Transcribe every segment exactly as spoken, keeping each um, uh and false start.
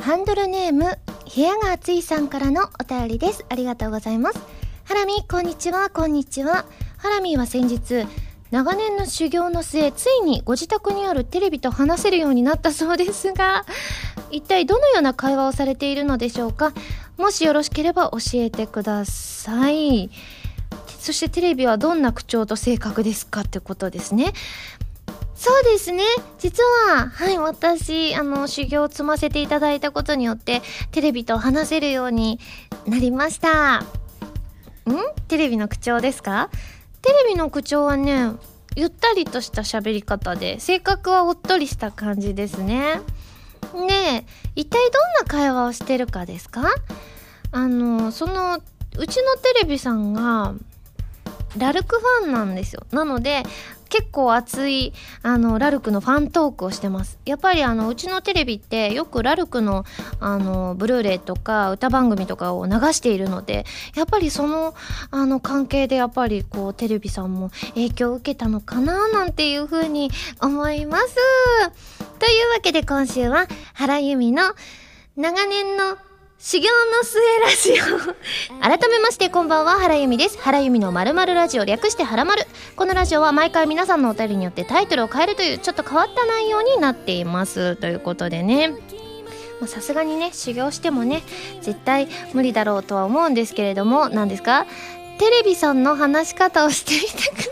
ハンドルネーム部屋が暑いさんからのお便りです。ありがとうございます。ハラミこんにちは。こんにちは。ハラミは先日長年の修行の末、ついにご自宅にあるテレビと話せるようになったそうですが、一体どのような会話をされているのでしょうか。もしよろしければ教えてください。そしてテレビはどんな口調と性格ですかってことですね。そうですね。実は、はい、私、あの、修行を積ませていただいたことによって、テレビと話せるようになりました。ん？テレビの口調ですか？テレビの口調はね、ゆったりとした喋り方で、性格はおっとりした感じですね。ねえ、一体どんな会話をしてるかですか？あの、その、うちのテレビさんが、ラルクファンなんですよ。なので結構熱いあのラルクのファントークをしてます。やっぱりあのうちのテレビってよくラルクのあのブルーレイとか歌番組とかを流しているので、やっぱりそのあの関係でやっぱりこうテレビさんも影響を受けたのかななんていう風に思います。というわけで今週は原由美の長年の修行の末ラジオ改めましてこんばんは、原由美です。原由美の〇〇ラジオ、略してはらまる。このラジオは毎回皆さんのお便りによってタイトルを変えるというちょっと変わった内容になっていますということでね、さすがにね修行してもね絶対無理だろうとは思うんですけれども、何ですか、テレビさんの話し方をしてみてく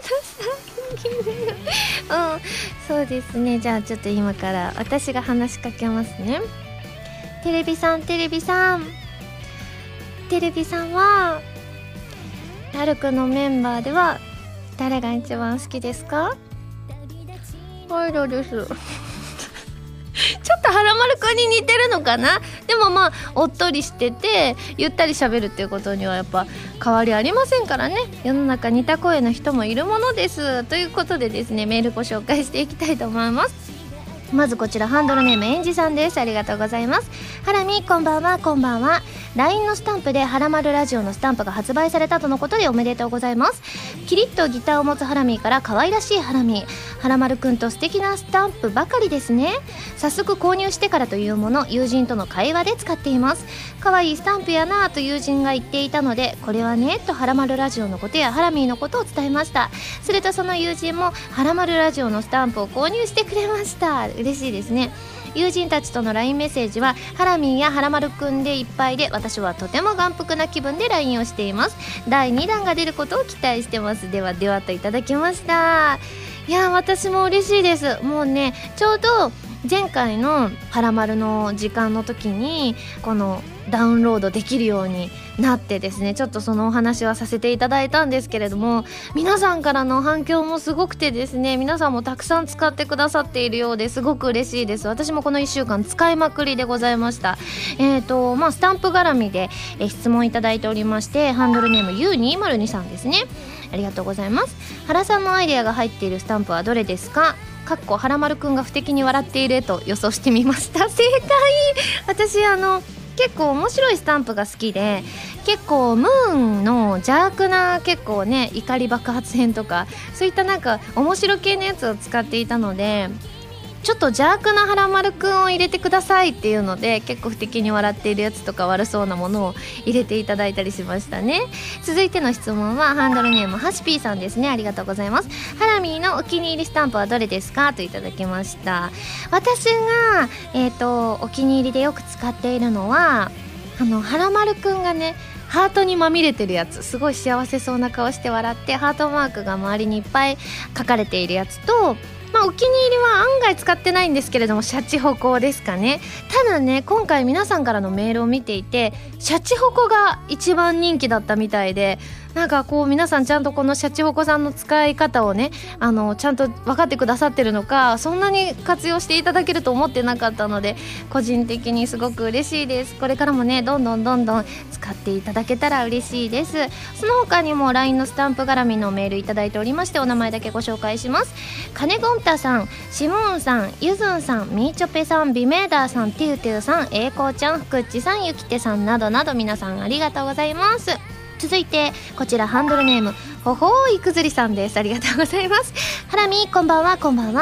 ださいうん、そうですね。じゃあちょっと今から私が話しかけますね。テレビさん、テレビさん、テレビさんはラルクのメンバーでは誰が一番好きですか？ワイドですちょっとはらまるくんに似てるのかな。でもまあおっとりしててゆったり喋るっていうことにはやっぱ変わりありませんからね。世の中似た声の人もいるものです。ということでですね、メールご紹介していきたいと思います。まずこちらハンドルネームエンジさんです。ありがとうございます。ハラミこんばんは。こんばんは。 ライン のスタンプでハラマルラジオのスタンプが発売されたとのことでおめでとうございます。キリッとギターを持つハラミから可愛らしいハラミ、ハラマルくんと素敵なスタンプばかりですね。早速購入してからというもの、友人との会話で使っています。可愛いスタンプやなぁと友人が言っていたので、これはねとハラマルラジオのことやハラミーのことを伝えました。するとその友人もハラマルラジオのスタンプを購入してくれました。嬉しいですね。友人たちとの ライン メッセージはハラミーやハラマルくんでいっぱいで、私はとても眼福な気分で ライン をしています。だいにだんが出ることを期待してます。ではではといただきました。いや私も嬉しいです。もうねちょうど前回のハラマルの時間の時にこのダウンロードできるようになってですね、ちょっとそのお話はさせていただいたんですけれども、皆さんからの反響もすごくてですね、皆さんもたくさん使ってくださっているようですごく嬉しいです。私もこのいっしゅうかん使いまくりでございました。えーとまあスタンプ絡みでえ質問いただいておりまして、ハンドルネーム ユーにーまるに さんですね。ありがとうございます。原さんのアイデアが入っているスタンプはどれですか？かっこはらまるくんが不敵に笑っていると予想してみました。正解。私あの結構面白いスタンプが好きで、結構ムーンの邪悪な結構ね怒り爆発編とかそういったなんか面白系のやつを使っていたので、ちょっと邪悪なはらまるくんを入れてくださいっていうので、結構不敵に笑っているやつとか悪そうなものを入れていただいたりしましたね。続いての質問はハンドルネームハシピーさんですね。ありがとうございます。ハラミーのお気に入りスタンプはどれですかといただきました。私が、えーと、お気に入りでよく使っているのはあのはらまるくんがねハートにまみれてるやつ、すごい幸せそうな顔して笑ってハートマークが周りにいっぱい書かれているやつと、まあ、お気に入りは案外使ってないんですけれどもシャチホコですかね。ただね今回皆さんからのメールを見ていてシャチホコが一番人気だったみたいで、なんかこう皆さんちゃんとこのシャチホコさんの使い方をねあのちゃんと分かってくださってるのか、そんなに活用していただけると思ってなかったので個人的にすごく嬉しいです。これからもねどんどんどんどん使っていただけたら嬉しいです。その他にも ライン のスタンプ絡みのメールいただいておりまして、お名前だけご紹介します。カネゴンタさん、シモーンさん、ユズンさん、ミーチョペさん、ビメーダーさん、テューテューさん、エイコーちゃん、フクッチさん、ユキテさんなどなど皆さんありがとうございます。続いてこちらハンドルネームほほーいくずりさんです。ありがとうございます。ハラミこんばんは。こんばんは。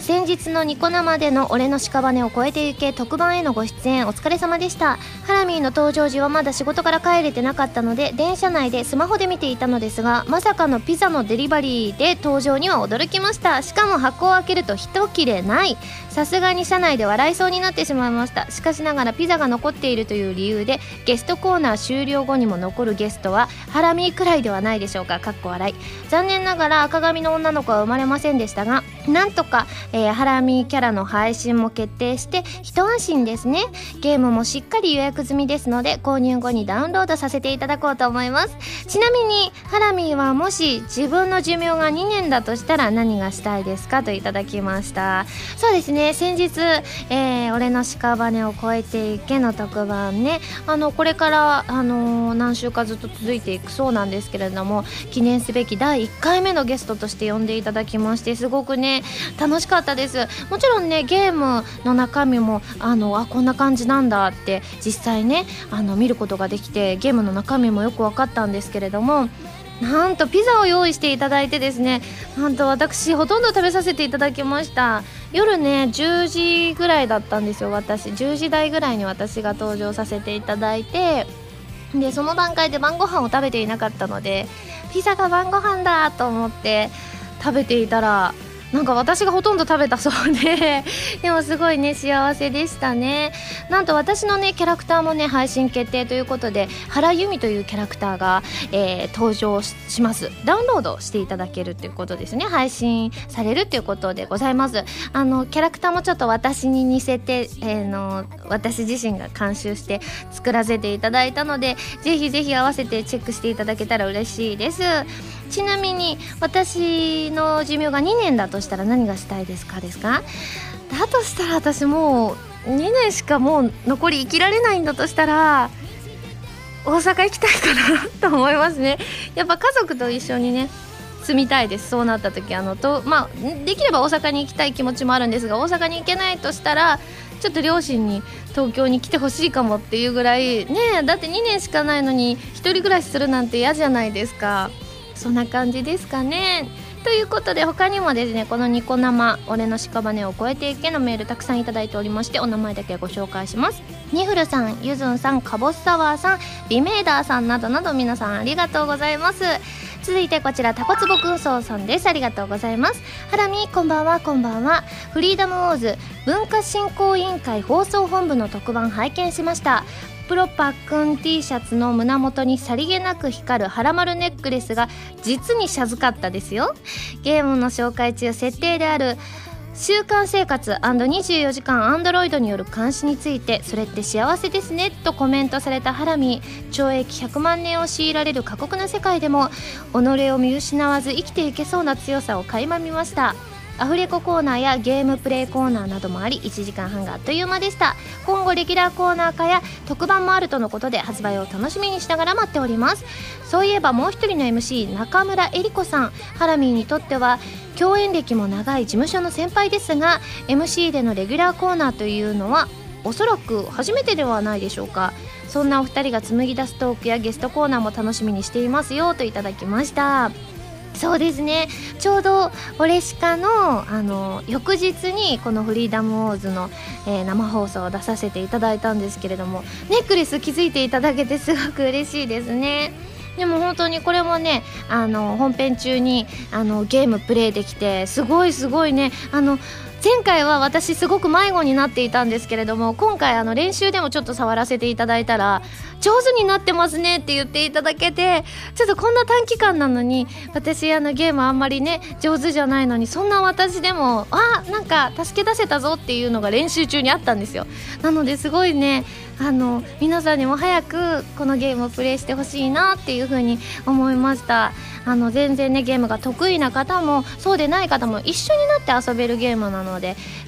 先日のニコ生での俺の屍を越えてゆけ特番へのご出演お疲れ様でした。ハラミーの登場時はまだ仕事から帰れてなかったので電車内でスマホで見ていたのですが、まさかのピザのデリバリーで登場には驚きました。しかも箱を開けると一切れない。さすがに車内で笑いそうになってしまいました。しかしながらピザが残っているという理由でゲストコーナー終了後にも残るゲストはハラミーくらいではないでしょうか。かっこ笑い。残念ながら赤髪の女の子は生まれませんでしたが、なんとか、えー、ハラミーキャラの配信も決定して一安心ですね。ゲームもしっかり予約済みですので購入後にダウンロードさせていただこうと思います。ちなみにハラミーはもし自分の寿命がにねんだとしたら何がしたいですかといただきました。そうですね、先日、えー、俺の屍を越えていけの特番ね、あのこれから、あのー、何週かずっと続いていくそうなんですけれども、記念すべきだいいっかいめのゲストとして呼んでいただきまして、すごくね楽しかったです。もちろんねゲームの中身もあのあこんな感じなんだって実際ねあの見ることができて、ゲームの中身もよく分かったんですけれども、なんとピザを用意していただいてですね、なんと私ほとんど食べさせていただきました。夜ねじゅうじぐらいだったんですよ。私じゅうじ台ぐらいに私が登場させていただいて、でその段階で晩ご飯を食べていなかったので、ピザが晩ご飯だと思って食べていたら、なんか私がほとんど食べたそうででもすごいね幸せでしたね。なんと私のねキャラクターもね配信決定ということで、原由美というキャラクターが、えー、登場します。ダウンロードしていただけるっていうことですね。配信されるっていうことでございます。あのキャラクターもちょっと私に似せて、えー、の私自身が監修して作らせていただいたので、ぜひぜひ合わせてチェックしていただけたら嬉しいです。ちなみに私の寿命がにねんだとしたら何がしたいですかですか。だとしたら私もうにねんしかもう残り生きられないんだとしたら大阪行きたいかなと思いますね。やっぱ家族と一緒にね住みたいです。そうなった時あのと、まあ、できれば大阪に行きたい気持ちもあるんですが、大阪に行けないとしたらちょっと両親に東京に来てほしいかもっていうぐらいね。だってにねんしかないのに一人暮らしするなんて嫌じゃないですか。そんな感じですかね。ということで他にもですね、このニコ生俺の屍を越えていけのメールたくさんいただいておりまして、お名前だけご紹介します。ニフルさん、ゆずんさん、カボスサワーさん、ビメーダーさんなどなど皆さんありがとうございます。続いてこちらタコツボ軍曹さんです。ありがとうございます。ハラミこんばんは。こんばんは。フリーダムウォーズ文化振興委員会放送本部の特番拝見しました。プロパックン T シャツの胸元にさりげなく光るハラマルネックレスが実にシャズかったですよ。ゲームの紹介中、設定である習慣生活 にじゅうよじかんアンドロイドによる監視について、それって幸せですねとコメントされたハラミ。懲役ひゃくまんねんを強いられる過酷な世界でも己を見失わず生きていけそうな強さを垣間見ました。アフレココーナーやゲームプレイコーナーなどもあり、いちじかんはんがあっという間でした。今後レギュラーコーナー化や特番もあるとのことで、発売を楽しみにしながら待っております。そういえばもう一人の エムシー 中村えり子さん、ハラミーにとっては共演歴も長い事務所の先輩ですが、 エムシー でのレギュラーコーナーというのはおそらく初めてではないでしょうか。そんなお二人が紡ぎ出すトークやゲストコーナーも楽しみにしていますよといただきました。そうですね、ちょうどオレシカのあの翌日にこのフリーダムウォーズの、えー、生放送を出させていただいたんですけれども、ネックレス気づいていただけてすごく嬉しいですね。でも本当にこれもね、あの本編中にあのゲームプレイできてすごいすごいね。あの前回は私すごく迷子になっていたんですけれども、今回あの練習でもちょっと触らせていただいたら上手になってますねって言っていただけて、ちょっとこんな短期間なのに私あのゲームあんまりね上手じゃないのに、そんな私でもあなんか助け出せたぞっていうのが練習中にあったんですよ。なのですごいね、あの皆さんにも早くこのゲームをプレイしてほしいなっていう風に思いました。あの全然ねゲームが得意な方もそうでない方も一緒になって遊べるゲームなので、ぜ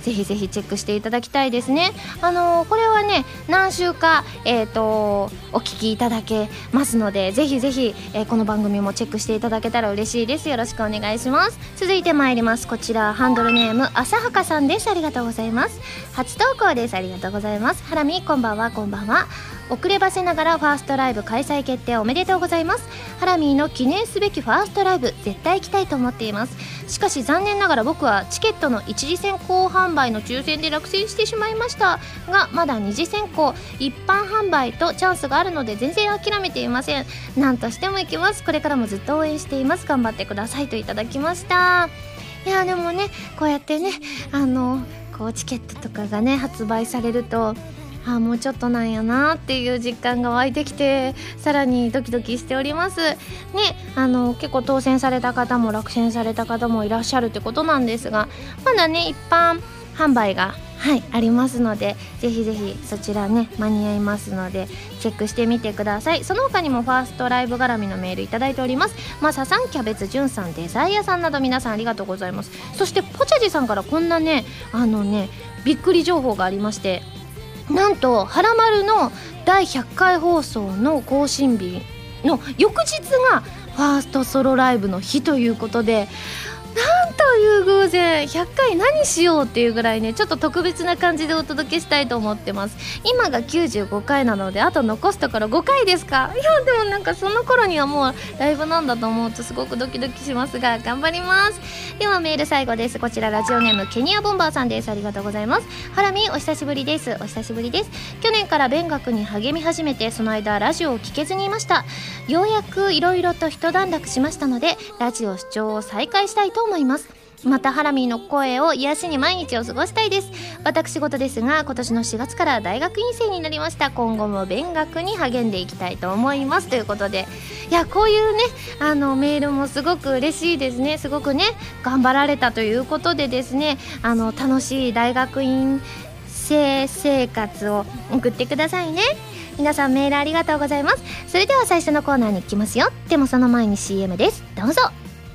ぜひぜひチェックしていただきたいですね。あのー、これはね何週か、えー、とお聞きいただけますので、ぜひぜひ、えー、この番組もチェックしていただけたら嬉しいです。よろしくお願いします。続いてまいります。こちらハンドルネーム浅はかさんです。ありがとうございます。初投稿です。ありがとうございます。ハラミこんばんは。こんばんは。遅ればせながらファーストライブ開催決定おめでとうございます。ハラミーの記念すべきファーストライブ絶対行きたいと思っています。しかし残念ながら僕はチケットの一次選考販売の抽選で落選してしまいましたが、まだ二次選考一般販売とチャンスがあるので全然諦めていません。何としても行きます。これからもずっと応援しています。頑張ってくださいといただきました。いやでもね、こうやってね、あのこうチケットとかがね発売されると、あもうちょっとなんやなっていう実感が湧いてきて、さらにドキドキしておりますね。あの結構当選された方も落選された方もいらっしゃるってことなんですが、まだね一般販売がはいありますので、ぜひぜひそちらね間に合いますのでチェックしてみてください。その他にもファーストライブ絡みのメールいただいております。マサさん、キャベツじゅんさん、デザイアさんなど皆さんありがとうございます。そしてポチャジさんからこんなねあのねびっくり情報がありまして、なんとはらまるのだいひゃっかい放送の更新日の翌日がファーストソロライブの日ということで、なんという偶然、ひゃっかい何しようっていうぐらいねちょっと特別な感じでお届けしたいと思ってます。今がきゅうじゅうごかいなのであと残すところごかいですか。いやでもなんかその頃にはもうライブなんだと思うとすごくドキドキしますが頑張ります。ではメール最後です。こちらラジオネームケニアボンバーさんです。ありがとうございます。ハラミお久しぶりです。お久しぶりです。去年から勉学に励み始めて、その間ラジオを聞けずにいました。ようやくいろいろと一段落しましたのでラジオ視聴を再開したいと思います。またハラミーの声を癒しに毎日を過ごしたいです。私事ですが今年のしがつから大学院生になりました。今後も勉学に励んでいきたいと思いますということで、いやこういうねあのメールもすごく嬉しいですね。すごくね頑張られたということでですね、あの楽しい大学院生生活を送ってくださいね。皆さんメールありがとうございます。それでは最初のコーナーに行きますよ。でもその前に シーエム です。どうぞ。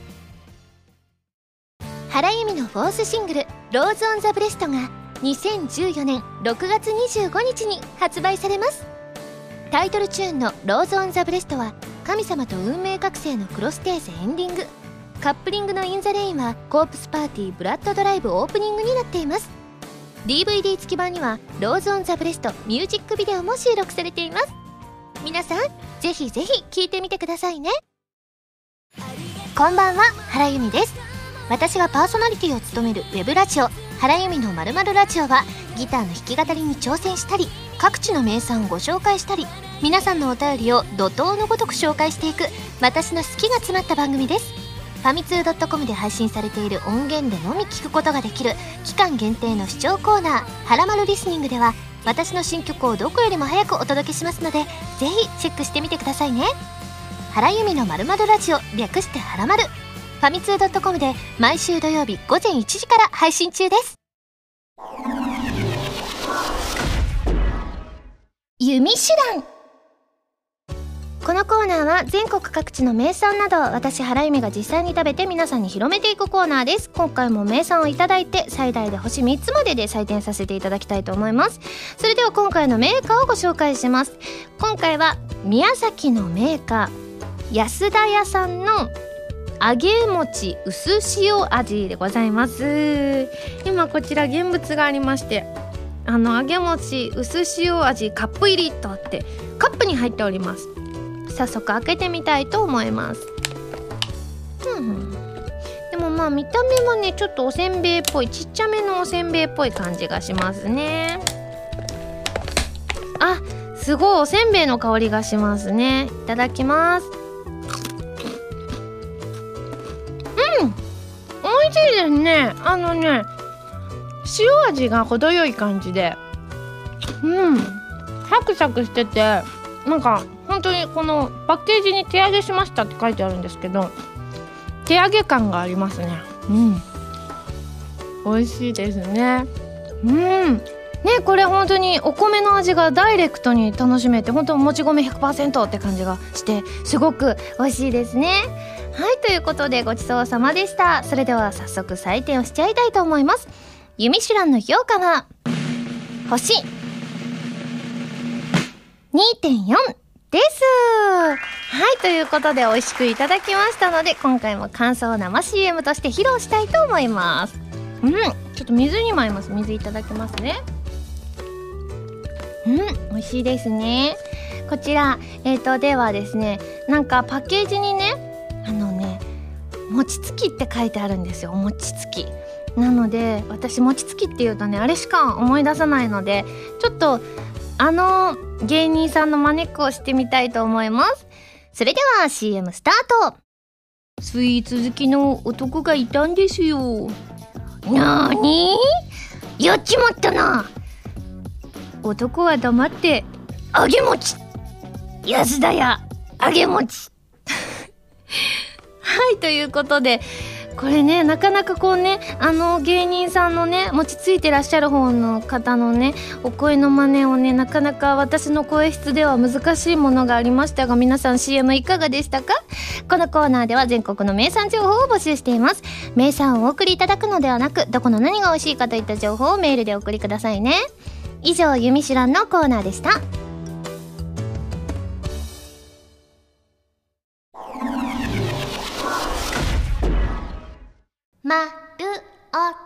原由美のフォースシングルローズオンザブレストがにせんじゅうよねんろくがつにじゅうごにちに発売されます。タイトルチューンのローズオンザブレストは神様と運命覚醒のクロステーゼエンディング、カップリングのインザレインはコープスパーティーブラッドドライブオープニングになっています。 ディーブイディー 付き版にはローズオンザブレストミュージックビデオも収録されています。皆さんぜひぜひ聴いてみてくださいね。こんばんは、原由美です。私がパーソナリティを務めるウェブラジオ原由美のまるまるラジオはギターの弾き語りに挑戦したり、各地の名産をご紹介したり、皆さんのお便りを怒涛のごとく紹介していく私の好きが詰まった番組です。ファミツー .com で配信されている音源でのみ聞くことができる期間限定の視聴コーナーはらまるリスニングでは私の新曲をどこよりも早くお届けしますので、ぜひチェックしてみてくださいね。原由美のまるまるラジオ略してはらまる、ファミツー .com で毎週土曜日ごぜんいちじから配信中です。弓手段。このコーナーは全国各地の名産など私原由美が実際に食べて皆さんに広めていくコーナーです。今回も名産をいただいて最大で星みっつまでで採点させていただきたいと思います。それでは今回のメーカーをご紹介します。今回は宮崎のメーカー安田屋さんの揚げ餅薄塩味でございます。今こちら現物がありまして、あの揚げ餅薄塩味カップ入りとあってカップに入っております。早速開けてみたいと思います。うん、でもまあ見た目はねちょっとおせんべいっぽい、ちっちゃめのおせんべいっぽい感じがしますね。あ、すごいおせんべいの香りがしますね。いただきます。うん、美味しいですね。あのね塩味が程よい感じで、うんサクサクしてて、なんか本当にこのパッケージに手揚げしましたって書いてあるんですけど、手揚げ感がありますね。うん美味しいですね。うんね、これ本当にお米の味がダイレクトに楽しめて、本当もち米 ひゃくパーセント って感じがしてすごく美味しいですね。はい、ということでごちそうさまでした。それでは早速採点をしちゃいたいと思います。 ユミシュランの評価は星 にてんよん です。はい、ということで美味しくいただきましたので、今回も感想を生 シーエム として披露したいと思います。うん、ちょっと水にも合います。水いただきますね。うん、美味しいですね。こちら、えーと、ではですね、なんかパッケージにね、あのね、餅つきって書いてあるんですよ。餅つき。なので、私餅つきっていうとね、あれしか思い出さないので、ちょっとあの芸人さんの真似っこをしてみたいと思います。それでは シーエム スタート。スイーツ好きの男がいたんですよ。なーにー？やっちまったな。男は黙って揚げ餅。安田屋揚げ餅。はい、ということで、これね、なかなかこうね、あの芸人さんのね、餅ついてらっしゃる方の方のね、お声の真似をね、なかなか私の声質では難しいものがありましたが、皆さん シーエム いかがでしたか？このコーナーでは全国の名産情報を募集しています。名産をお送りいただくのではなく、どこの何が美味しいかといった情報をメールでお送りくださいね。以上、ユミシュランのコーナーでした。まるおた。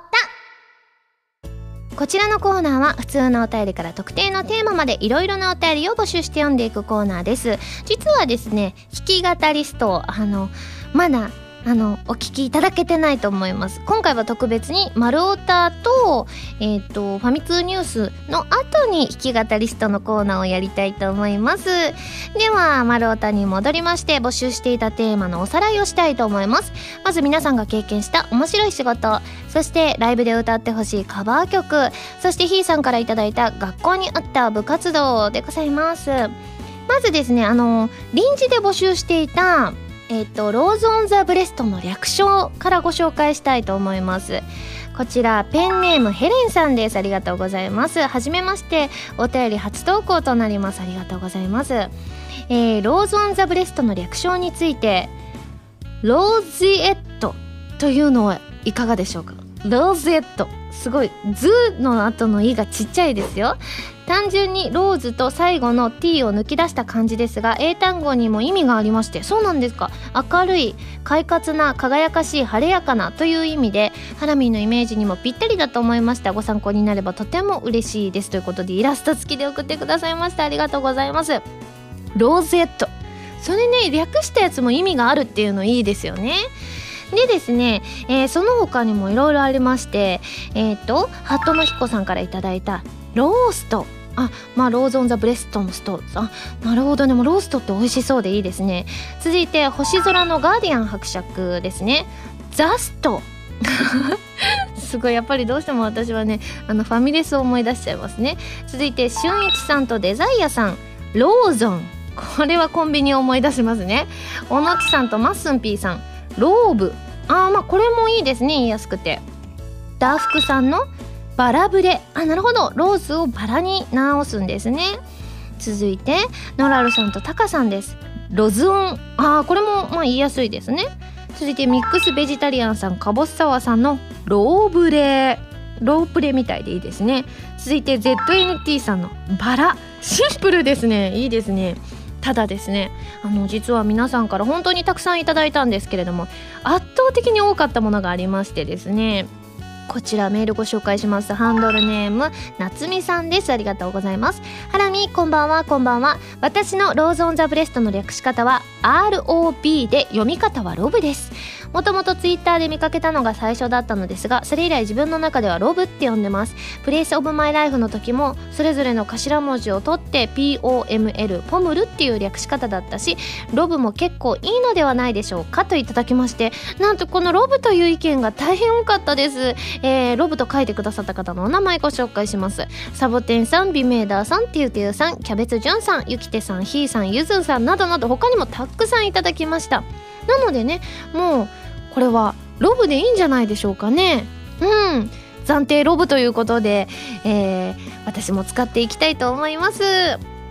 こちらのコーナーは普通のお便りから特定のテーマまでいろいろなお便りを募集して読んでいくコーナーです。実はですね、弾き語りストあのまだあのお聞きいただけてないと思います。今回は特別に丸オタと、えー、とファミ通ニュースの後に弾き語りストのコーナーをやりたいと思います。では丸オタに戻りまして、募集していたテーマのおさらいをしたいと思います。まず皆さんが経験した面白い仕事、そしてライブで歌ってほしいカバー曲、そしてひーさんからいただいた学校にあった部活動でございます。まずですね、あの臨時で募集していたえっと、ローズ・オン・ザ・ブレストの略称からご紹介したいと思います。こちらペンネームヘレンさんです。ありがとうございます。はじめまして、お便り初投稿となります。ありがとうございます。えー、ローズ・オン・ザ・ブレストの略称について、ローゼエットというのはいかがでしょうか。ローゼエット、すごいズの後のイがちっちゃいですよ。単純にローズと最後の t を抜き出した漢字ですが、英単語にも意味がありまして。そうなんですか。明るい、快活な、輝かしい、晴れやかなという意味で、ハラミーのイメージにもぴったりだと思いました。ご参考になればとても嬉しいです、ということでイラスト付きで送ってくださいました。ありがとうございます。ローゼット、それね、略したやつも意味があるっていうのいいですよね。でですね、えー、その他にもいろいろありまして、えっとハットのひこさんからいただいたロースト、あ、まあローズ・オン・ザ・ブレストのスト、あ、なるほどね。もうローストって美味しそうでいいですね。続いて星空のガーディアン伯爵ですね。ザストすごい、やっぱりどうしても私はね、あのファミレスを思い出しちゃいますね。続いて俊一さんとデザイアさん、ローゾン、これはコンビニを思い出しますね。おのちさんとマッスンピーさん、ローブ、あー、まあこれもいいですね、言いやすくて。ダーフクさんのバラブレ、あ、なるほど、ローズをバラに直すんですね。続いてノラルさんとタカさんです。ロズオン、あー、これもまあ言いやすいですね。続いてミックスベジタリアンさん、カボスサワーさんのローブレ、ロープレみたいでいいですね。続いて ゼットエヌティー さんのバラ、シンプルですね、いいですね。ただですね、あの実は皆さんから本当にたくさんいただいたんですけれども、圧倒的に多かったものがありましてですね、こちらメールご紹介します。ハンドルネームなつみさんです。ありがとうございます。ハラミ、こんばんは。こんばんは。私のローズ・オン・ザ・ブレストの略し方は アールオービー で、読み方はロブです。もともとツイッターで見かけたのが最初だったのですが、それ以来自分の中ではロブって呼んでます。プレイスオブマイライフの時もそれぞれの頭文字を取って ピーオーエムエル、 ポムルっていう略し方だったし、ロブも結構いいのではないでしょうか、といただきまして、なんとこのロブという意見が大変多かったです。えー、ロブと書いてくださった方のお名前ご紹介します。サボテンさん、ビメーダーさん、ティウティウさん、キャベツジュンさん、ユキテさん、ヒーさん、ユズンさんなどなど他にもたくさんいただきました。なのでね、もうこれはロブでいいんじゃないでしょうかね。うん、暫定ロブということで、えー、私も使っていきたいと思います。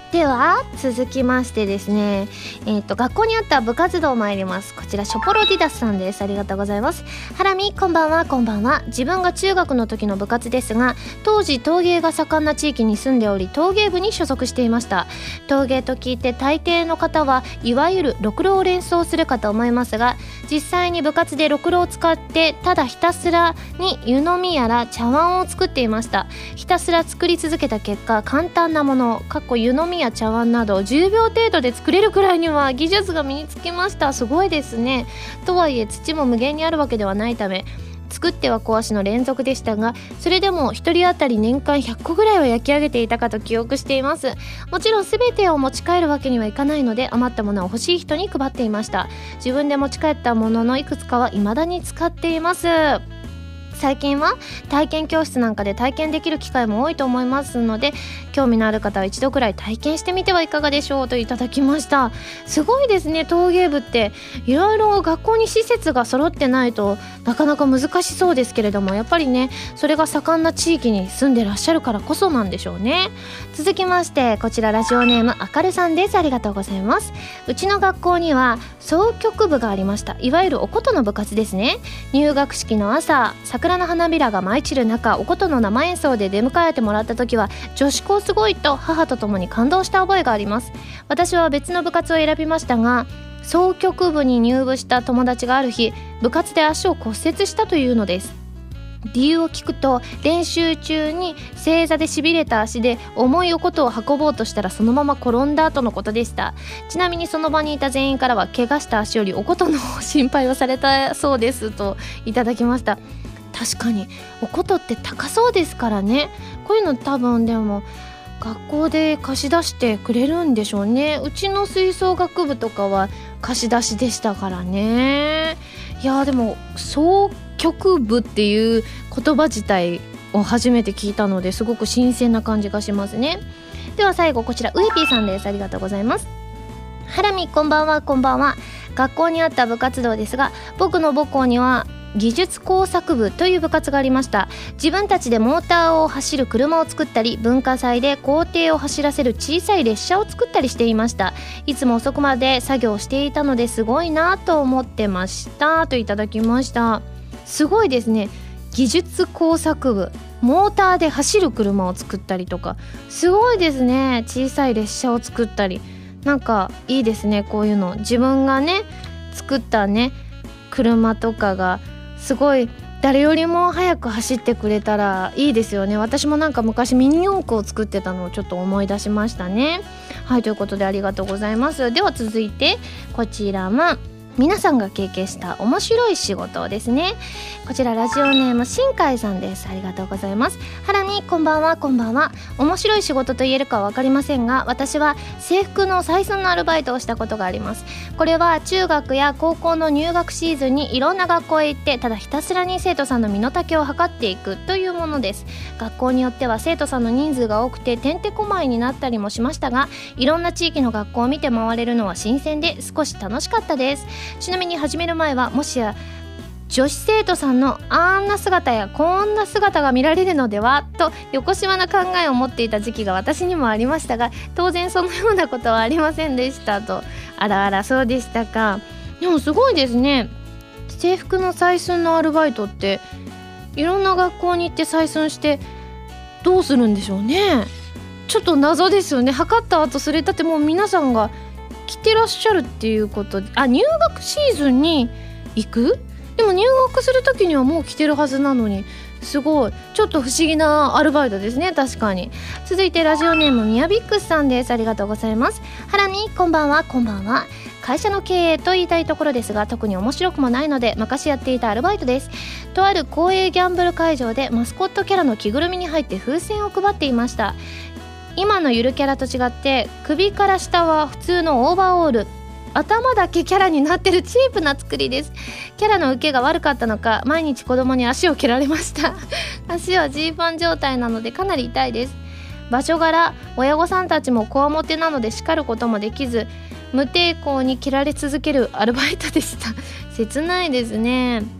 では続きましてですね、えー、と学校にあった部活動参ります。こちらショポロディダスさんです。ありがとうございます。ハラミこんばんは。こんばんは。自分が中学の時の部活ですが、当時陶芸が盛んな地域に住んでおり、陶芸部に所属していました。陶芸と聞いて大抵の方はいわゆるろくろを連想するかと思いますが、実際に部活でろくろを使ってただひたすらに湯飲みやら茶碗を作っていました。ひたすら作り続けた結果、簡単なものかっこ湯飲みや茶碗などじゅうびょう程度で作れるくらいには技術が身につきました。すごいですね。とはいえ土も無限にあるわけではないため、作っては壊しの連続でしたが、それでもひとり当たり年間ひゃっこぐらいは焼き上げていたかと記憶しています。もちろん全てを持ち帰るわけにはいかないので、余ったものを欲しい人に配っていました。自分で持ち帰ったもののいくつかは未だに使っています。最近は体験教室なんかで体験できる機会も多いと思いますので、興味のある方は一度くらい体験してみてはいかがでしょうといただきました。すごいですね。陶芸部っていろいろ学校に施設が揃ってないとなかなか難しそうですけれども、やっぱりね、それが盛んな地域に住んでらっしゃるからこそなんでしょうね。続きまして、こちらラジオネームあかるさんです。ありがとうございます。うちの学校には箏曲部がありました。いわゆるお琴の部活ですね。入学式の朝、桜の花びらが舞い散る中、お琴の生演奏で出迎えてもらった時は、女子校すごいと母と共に感動した覚えがあります。私は別の部活を選びましたが、箏曲部に入部した友達がある日、部活で足を骨折したというのです。理由を聞くと、練習中に正座でしびれた足で重いお琴を運ぼうとしたらそのまま転んだとのことでした。ちなみにその場にいた全員からは、怪我した足よりお琴の心配をされたそうですといただきました。確かにお琴って高そうですからね。こういうの多分でも学校で貸し出してくれるんでしょうね。うちの吹奏楽部とかは貸し出しでしたからね。いやでも箏曲部っていう言葉自体を初めて聞いたので、すごく新鮮な感じがしますね。では最後、こちらウエピーさんです。ありがとうございます。ハラミこんばんは。こんばんは。学校にあった部活動ですが、僕の母校には技術工作部という部活がありました。自分たちでモーターを走る車を作ったり、文化祭で校庭を走らせる小さい列車を作ったりしていました。いつも遅くまで作業していたのですごいなと思ってましたといただきました。すごいですね。技術工作部、モーターで走る車を作ったりとか、すごいですね。小さい列車を作ったり、なんかいいですね。こういうの自分がね作ったね車とかがすごい誰よりも早く走ってくれたらいいですよね。私もなんか昔ミニ四駆を作ってたのをちょっと思い出しましたね。はい、ということでありがとうございます。では続いてこちらは皆さんが経験した面白い仕事ですね。こちらラジオネーム新海さんです。ありがとうございます。ハラミこんばんは。こんばんは。面白い仕事と言えるかは分かりませんが、私は制服の採寸のアルバイトをしたことがあります。これは中学や高校の入学シーズンにいろんな学校へ行って、ただひたすらに生徒さんの身の丈を測っていくというものです。学校によっては生徒さんの人数が多くててんてこまいになったりもしましたが、いろんな地域の学校を見て回れるのは新鮮で少し楽しかったです。ちなみに始める前は、もしや女子生徒さんのあんな姿やこんな姿が見られるのではと横島な考えを持っていた時期が私にもありましたが、当然そのようなことはありませんでしたと。あらあら、そうでしたか。でもすごいですね。制服の採寸のアルバイトっていろんな学校に行って採寸してどうするんでしょうね。ちょっと謎ですよね。測った後それだってもう皆さんが来てらっしゃるっていうことで、あ、入学シーズンに行く？でも入学する時にはもう来てるはずなのに、すごいちょっと不思議なアルバイトですね。確かに。続いてラジオネームミヤビックスさんです。ありがとうございます。ハラミこんばんは。こんばんは。会社の経営と言いたいところですが、特に面白くもないので昔やっていたアルバイトです。とある公営ギャンブル会場でマスコットキャラの着ぐるみに入って風船を配っていました。今のゆるキャラと違って首から下は普通のオーバーオール、頭だけキャラになってるチープな作りです。キャラの受けが悪かったのか、毎日子供に足を蹴られました足はジーパン状態なのでかなり痛いです。場所柄親御さんたちもこわもてなので叱ることもできず、無抵抗に蹴られ続けるアルバイトでした切ないですね。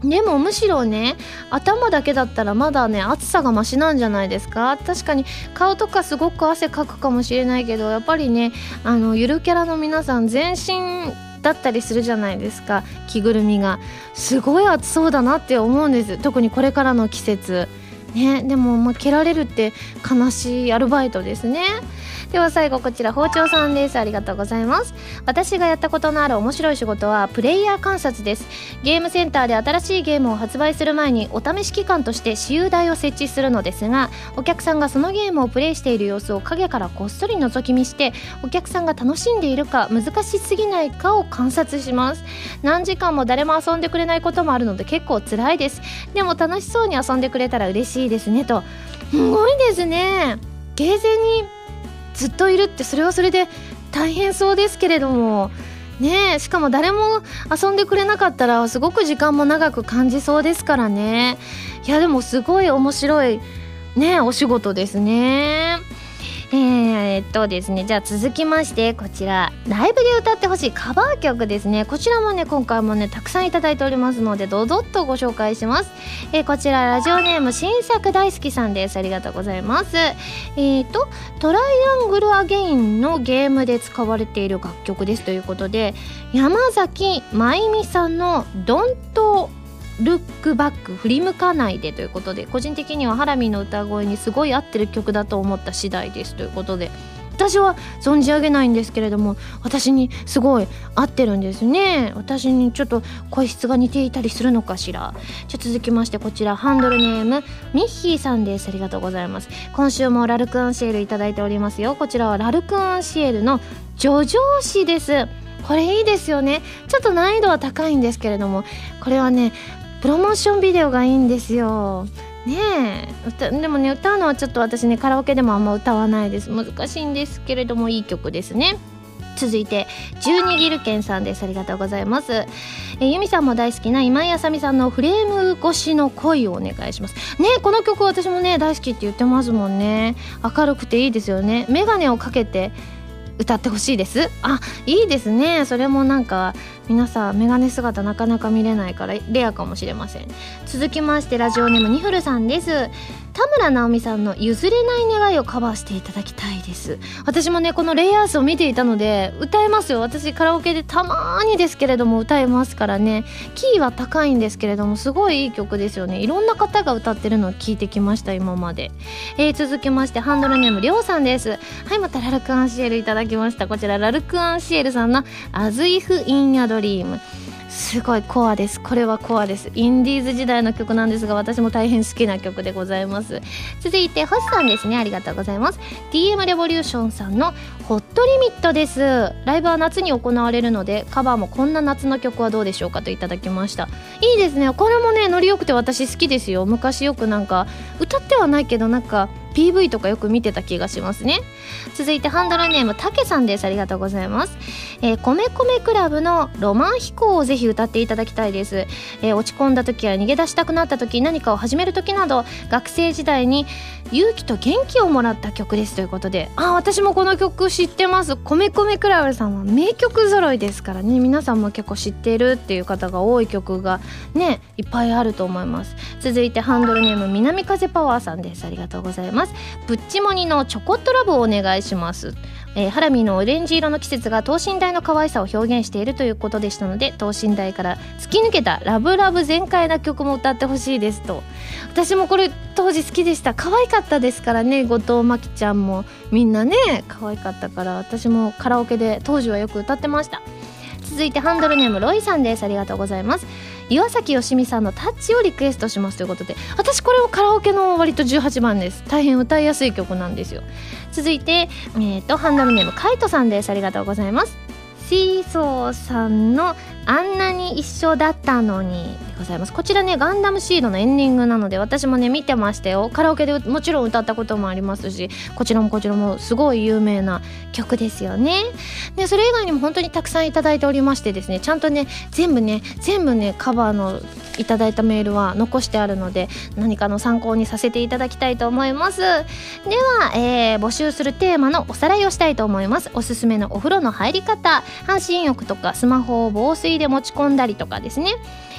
でもむしろね、頭だけだったらまだね暑さがマシなんじゃないですか。確かに顔とかすごく汗かくかもしれないけど、やっぱりねあのゆるキャラの皆さん全身だったりするじゃないですか。着ぐるみがすごい暑そうだなって思うんです。特にこれからの季節ね。でもまあ蹴られるって悲しいアルバイトですね。では最後こちら包丁さんです。ありがとうございます。私がやったことのある面白い仕事はプレイヤー観察です。ゲームセンターで新しいゲームを発売する前にお試し期間として私有台を設置するのですが、お客さんがそのゲームをプレイしている様子を影からこっそり覗き見して、お客さんが楽しんでいるか難しすぎないかを観察します。何時間も誰も遊んでくれないこともあるので結構辛いです。でも楽しそうに遊んでくれたら嬉しいですねと。すごいですね。ゲーセンにずっといるってそれはそれで大変そうですけれどもね。えしかも誰も遊んでくれなかったらすごく時間も長く感じそうですからね。いやでもすごい面白いねお仕事ですね。えー、っとですねじゃあ続きましてこちらライブで歌ってほしいカバー曲ですね。こちらもね今回もねたくさんいただいておりますのでどどっとご紹介します。えー、こちらラジオネーム新作大好きさんです。ありがとうございます。えー、っとトライアングルアゲインのゲームで使われている楽曲ですということで、山崎まゆみさんのドントルックバック振り向かないでということで、個人的にはハラミの歌声にすごい合ってる曲だと思った次第ですということで、私は存じ上げないんですけれども私にすごい合ってるんですね。私にちょっと声質が似ていたりするのかしら。じゃ続きましてこちらハンドルネームミッヒーさんです。ありがとうございます。今週もラルクアンシエルいただいておりますよ。こちらはラルクアンシエルのジョジョ詩です。これいいですよね。ちょっと難易度は高いんですけれども、これはねプロモーションビデオがいいんですよね。え歌でもね歌うのはちょっと私ねカラオケでもあんま歌わないです。難しいんですけれどもいい曲ですね。続いてじゅうにギルケンさんです。ありがとうございます。えー、ユミさんも大好きな今井あさみさんのフレーム越しの恋をお願いしますね。この曲私もね大好きって言ってますもんね。明るくていいですよね。メガネをかけて歌ってほしいです。あ、いいですね。それもなんか皆さんメガネ姿なかなか見れないからレアかもしれません。続きましてラジオネームニフルさんです。田村直美さんの譲れない願いをカバーしていただきたいです。私もねこのレイアースを見ていたので歌えますよ。私カラオケでたまーにですけれども歌えますからね。キーは高いんですけれどもすごいいい曲ですよね。いろんな方が歌ってるのを聞いてきました今まで。えー、続きましてハンドルネームりょうさんです。はい、またラルクアンシエルいただきました。こちらラルクアンシエルさんのアズイフ・イン・アドリーム、すごいコアです。これはコアです。インディーズ時代の曲なんですが私も大変好きな曲でございます。続いて星さんですね。ありがとうございます。 ティーエム レボリューションさんのホットリミットです。ライブは夏に行われるのでカバーもこんな夏の曲はどうでしょうかといただきました。いいですね。これもねノリよくて私好きですよ。昔よくなんか歌ってはないけどなんかピーブイ とかよく見てた気がしますね。続いてハンドルネームたけさんです。ありがとうございます。えー、米米クラブのロマン飛行をぜひ歌っていただきたいです。えー、落ち込んだ時や逃げ出したくなった時何かを始める時など学生時代に勇気と元気をもらった曲ですということで、あ私もこの曲知ってます。米米クラブさんは名曲揃いですからね。皆さんも結構知ってるっていう方が多い曲がねいっぱいあると思います。続いてハンドルネーム南風パワーさんです。ありがとうございます。プッチモニのチョコットラブをお願いします。えー、ハラミのオレンジ色の季節が等身大の可愛さを表現しているということでしたので等身大から突き抜けたラブラブ全開な曲も歌ってほしいですと。私もこれ当時好きでした。可愛かったですからね。後藤真希ちゃんもみんなね可愛かったから私もカラオケで当時はよく歌ってました。続いてハンドルネームロイさんです。ありがとうございます。岩崎よしみさんのタッチをリクエストしますということで、私これをカラオケの割とじゅうはちばんです。大変歌いやすい曲なんですよ。続いて、えー、とハンドルネームカイトさんです。ありがとうございます。シーソーさんのあんなに一緒だったのにでございます。こちらねガンダムシードのエンディングなので私もね見てましたよ。カラオケでもちろん歌ったこともありますし、こちらもこちらもすごい有名な曲ですよね。でそれ以外にも本当にたくさんいただいておりましてですね、ちゃんとね全部ね全部ねカバーのいただいたメールは残してあるので何かの参考にさせていただきたいと思います。では、えー、募集するテーマのおさらいをしたいと思います。おすすめのお風呂の入り方、半身浴とかスマホを防水で持ち込んだりとかですね。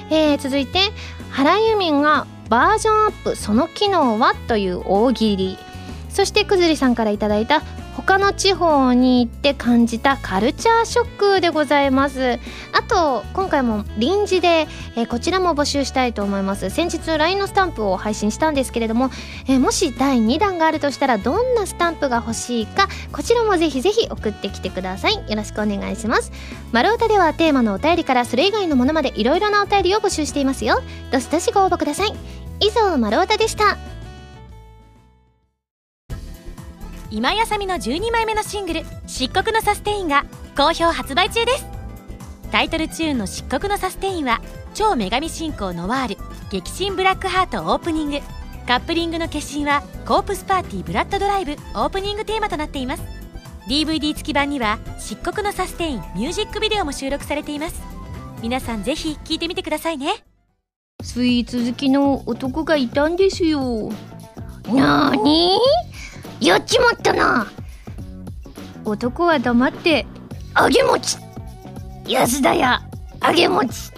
えー、続いて原由美がバージョンアップその機能はという大喜利、そしてくずりさんからいただいた他の地方に行って感じたカルチャーショックでございます。あと今回も臨時で、えー、こちらも募集したいと思います。先日 ライン のスタンプを配信したんですけれども、えー、もしだいにだんがあるとしたらどんなスタンプが欲しいか、こちらもぜひぜひ送ってきてください。よろしくお願いします。丸太ではテーマのお便りからそれ以外のものまでいろいろなお便りを募集していますよ。どしどしご応募ください。以上、丸太でした。 今井あさみのじゅうにまいめのシングル「漆黒のサステイン」が好評発売中です。タイトルチューンの漆黒のサステインは超女神信仰ノワール激震ブラックハートオープニング、カップリングの決心はコープスパーティーブラッドドライブオープニングテーマとなっています。 ディーブイディー 付き版には漆黒のサステインミュージックビデオも収録されています。皆さんぜひ聴いてみてくださいね。 スイーツ好きの男がいたんですよ。なーにー、やっちまったな。男は黙って揚げ餅、安田屋揚げ餅。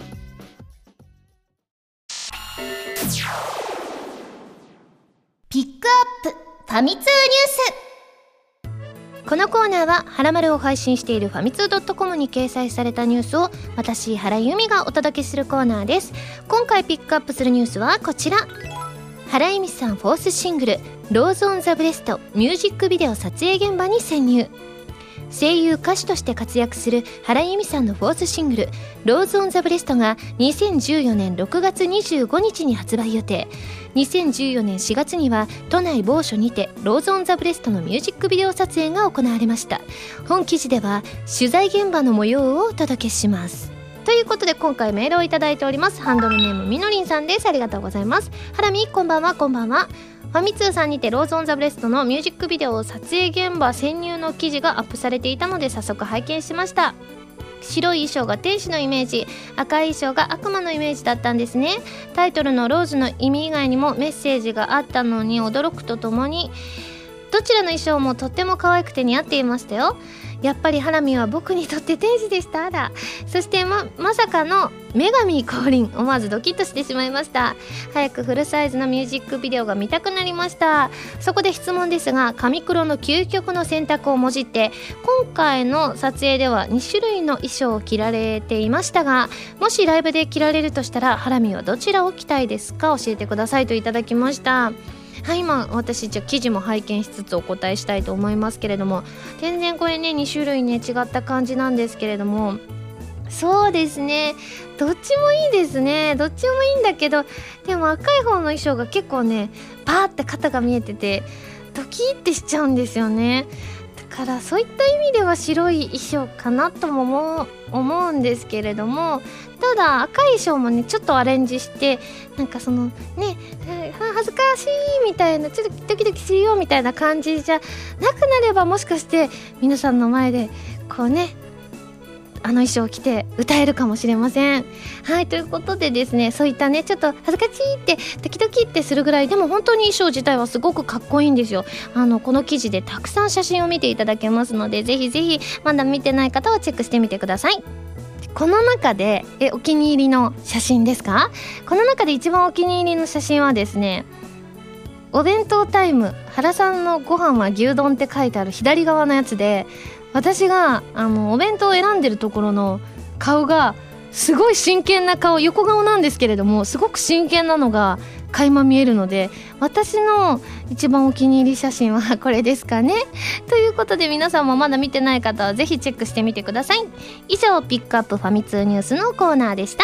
ピックアップファミ通ニュース。このコーナーははらまるを配信しているファミツー .com に掲載されたニュースを私原由美がお届けするコーナーです。今回ピックアップするニュースはこちら。原由美さんフォースシングルローズオンザブレストミュージックビデオ撮影現場に潜入。声優歌手として活躍する原由美さんのフォースシングルローズオンザブレストがにせんじゅうよねんろくがつにじゅうごにちに発売予定。にせんじゅうよねんしがつには都内某所にてローズオンザブレストのミュージックビデオ撮影が行われました。本記事では取材現場の模様をお届けします。ということで今回メールをいただいております。ハンドルネームみのりんさんです。ありがとうございます。ハラミこんばんは。こんばんは。ファミ通さんにてローズオンザブレストのミュージックビデオ撮影現場潜入の記事がアップされていたので早速拝見しました。白い衣装が天使のイメージ、赤い衣装が悪魔のイメージだったんですね。タイトルのローズの意味以外にもメッセージがあったのに驚くとともに、どちらの衣装もとっても可愛くて似合っていましたよ。やっぱりハラミは僕にとって天使でした。あら、そしてま、まさかの女神降臨、思わずドキッとしてしまいました。早くフルサイズのミュージックビデオが見たくなりました。そこで質問ですが、神黒の究極の選択をもじって今回の撮影ではにしゅるいの衣装を着られていましたが、もしライブで着られるとしたらハラミはどちらを着たいですか、教えてくださいといただきました。はい、今私じゃ記事も拝見しつつお答えしたいと思いますけれども、全然これねにしゅるいね違った感じなんですけれども、そうですね、どっちもいいですね。どっちもいいんだけど、でも赤い方の衣装が結構ねパーって肩が見えててドキッてしちゃうんですよね。だからそういった意味では白い衣装かなとも思う、思うんですけれども、ただ赤い衣装もねちょっとアレンジして、なんかそのね恥ずかしいみたいな、ちょっとドキドキするよみたいな感じじゃなくなれば、もしかして皆さんの前でこうねあの衣装を着て歌えるかもしれません。はい、ということでですね、そういったねちょっと恥ずかしいってドキドキってするぐらいでも本当に衣装自体はすごくかっこいいんですよ。あのこの記事でたくさん写真を見ていただけますので、ぜひぜひまだ見てない方はチェックしてみてください。この中でえお気に入りの写真ですか？この中で一番お気に入りの写真はですね、お弁当タイム原さんのご飯は牛丼って書いてある左側のやつで、私があのお弁当を選んでるところの顔がすごい真剣な顔、横顔なんですけれどもすごく真剣なのが垣間見えるので、私の一番お気に入り写真はこれですかね。ということで皆さんもまだ見てない方はぜひチェックしてみてください。以上ピックアップファミ通ニュースのコーナーでした。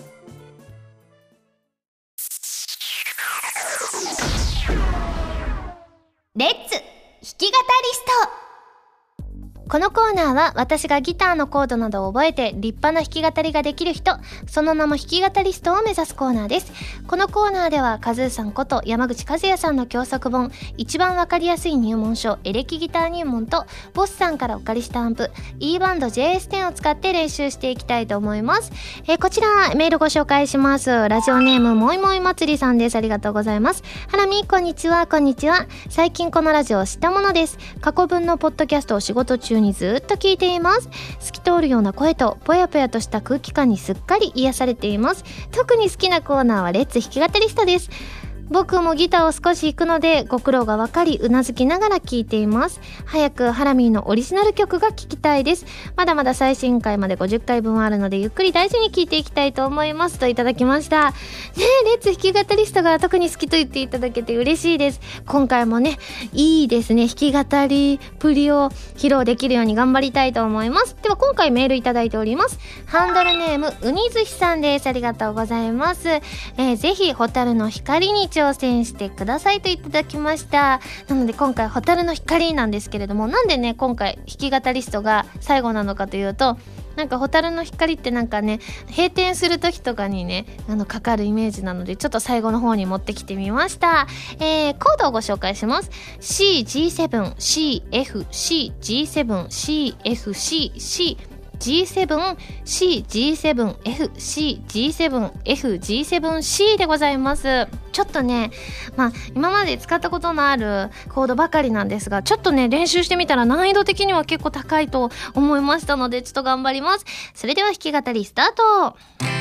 レッツ弾き語りスト。このコーナーは私がギターのコードなどを覚えて立派な弾き語りができる人、その名も弾き語りストを目指すコーナーです。このコーナーではカズーさんこと山口和也さんの教則本一番わかりやすい入門書エレキギター入門とボスさんからお借りしたアンプ E バンド ジェイエステン を使って練習していきたいと思います。えー、こちらメールご紹介します。ラジオネームもいもい祭りさんです。ありがとうございます。ハラミこんにちは。こんにちは。最近このラジオを知ったものです。過去分のポッドキャストを仕事中ににずっと聞いています。透き通るような声とぽやぽやとした空気感にすっかり癒されています。特に好きなコーナーはレッツ弾き語リストです。僕もギターを少し弾くのでご苦労が分かりうなずきながら聴いています。早くハラミーのオリジナル曲が聴きたいです。まだまだ最新回までごじゅっかいぶんあるのでゆっくり大事に聴いていきたいと思いますといただきました。ねえ、レッツ弾き語リストが特に好きと言っていただけて嬉しいです。今回もね、いいですね、弾き語りプリを披露できるように頑張りたいと思います。では今回メールいただいております。ハンドルネームうにずひさんです。ありがとうございます。えー、ぜひ蛍の光に挑戦してくださいといただきました。なので今回蛍の光なんですけれども、なんでね今回弾き語リストが最後なのかというと、なんか蛍の光ってなんかね閉店する時とかにねあのかかるイメージなので、ちょっと最後の方に持ってきてみました。えー、コードをご紹介します。 シージーセブンシーエフシージーセブンシーエフシーシージーセブンシージーセブンエフシージーセブンエフジーセブンシー でございます。ちょっとね、まあ今まで使ったことのあるコードばかりなんですが、ちょっとね練習してみたら難易度的には結構高いと思いましたので、ちょっと頑張ります。それでは弾き語りスタート。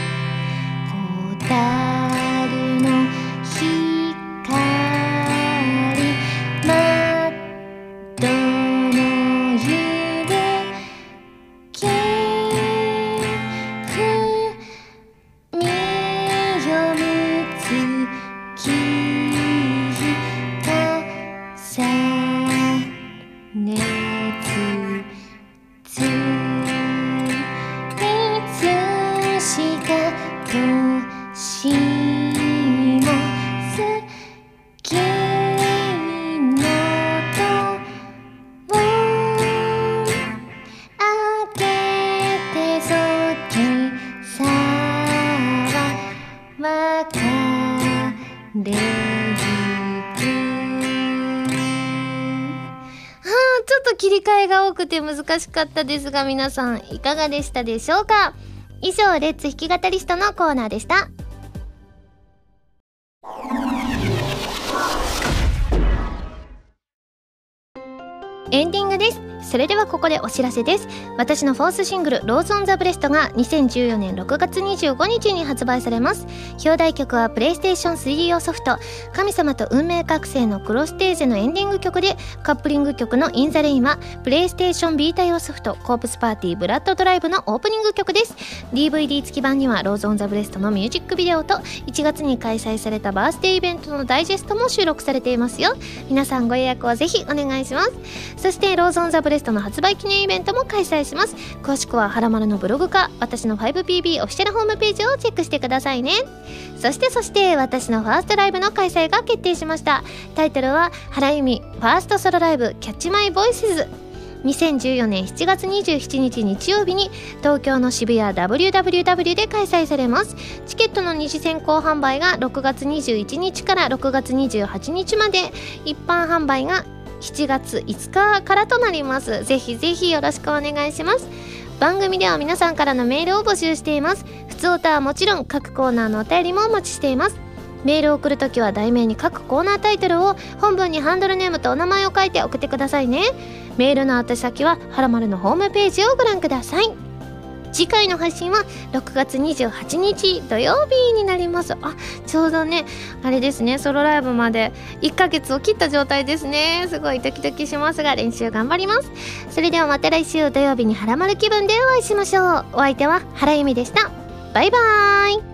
蛍の光窓の夢きみよむ月重ねつついつしか年も過ぎのとをあげてぞ今朝は別れゆく。はあ、ちょっと切り替えが多くて難しかったですが、皆さんいかがでしたでしょうか。以上、レッツ弾き語リストのコーナーでした。エンディングです。それではここでお知らせです。私のフォースシングルローズオンザブレストがにせんじゅうよねんろくがつにじゅうごにちに発売されます。表題曲はプレイステーションスリー用ソフト神様と運命覚醒のクロステーゼのエンディング曲で、カップリング曲のインザレインはプレイステーションビータ用ソフトコープスパーティーブラッドドライブのオープニング曲です。 ディーブイディー 付き版にはローズオンザブレストのミュージックビデオといちがつに開催されたバースデーイベントのダイジェストも収録されていますよ。皆さんご予約をぜひお願いします。そしてローズオンザブレストの発売記念イベントも開催します。詳しくははらまるのブログか私の ファイブピービー オフィシャルホームページをチェックしてくださいね。そしてそして私のファーストライブの開催が決定しました。タイトルは原由美ファーストソロライブキャッチマイボイスズ。にせんじゅうよねんしちがつにじゅうしちにち日曜日に東京の渋谷 ダブリューダブリューダブリュー で開催されます。チケットの二次先行販売がろくがつにじゅういちにちからろくがつにじゅうはちにちまで、一般販売がしちがついつかからとなります。ぜひぜひよろしくお願いします。番組では皆さんからのメールを募集しています。ふつおたはもちろん各コーナーのお便りもお待ちしています。メールを送るときは題名に各コーナータイトルを、本文にハンドルネームとお名前を書いて送ってくださいね。メールの宛先ははらまるのホームページをご覧ください。次回の配信はろくがつにじゅうはちにち土曜日になります。あ、ちょうどねあれですね、ソロライブまでいっかげつを切った状態ですね。すごいドキドキしますが練習頑張ります。それではまた来週土曜日にはらまる気分でお会いしましょう。お相手は原由美でした。バイバーイ。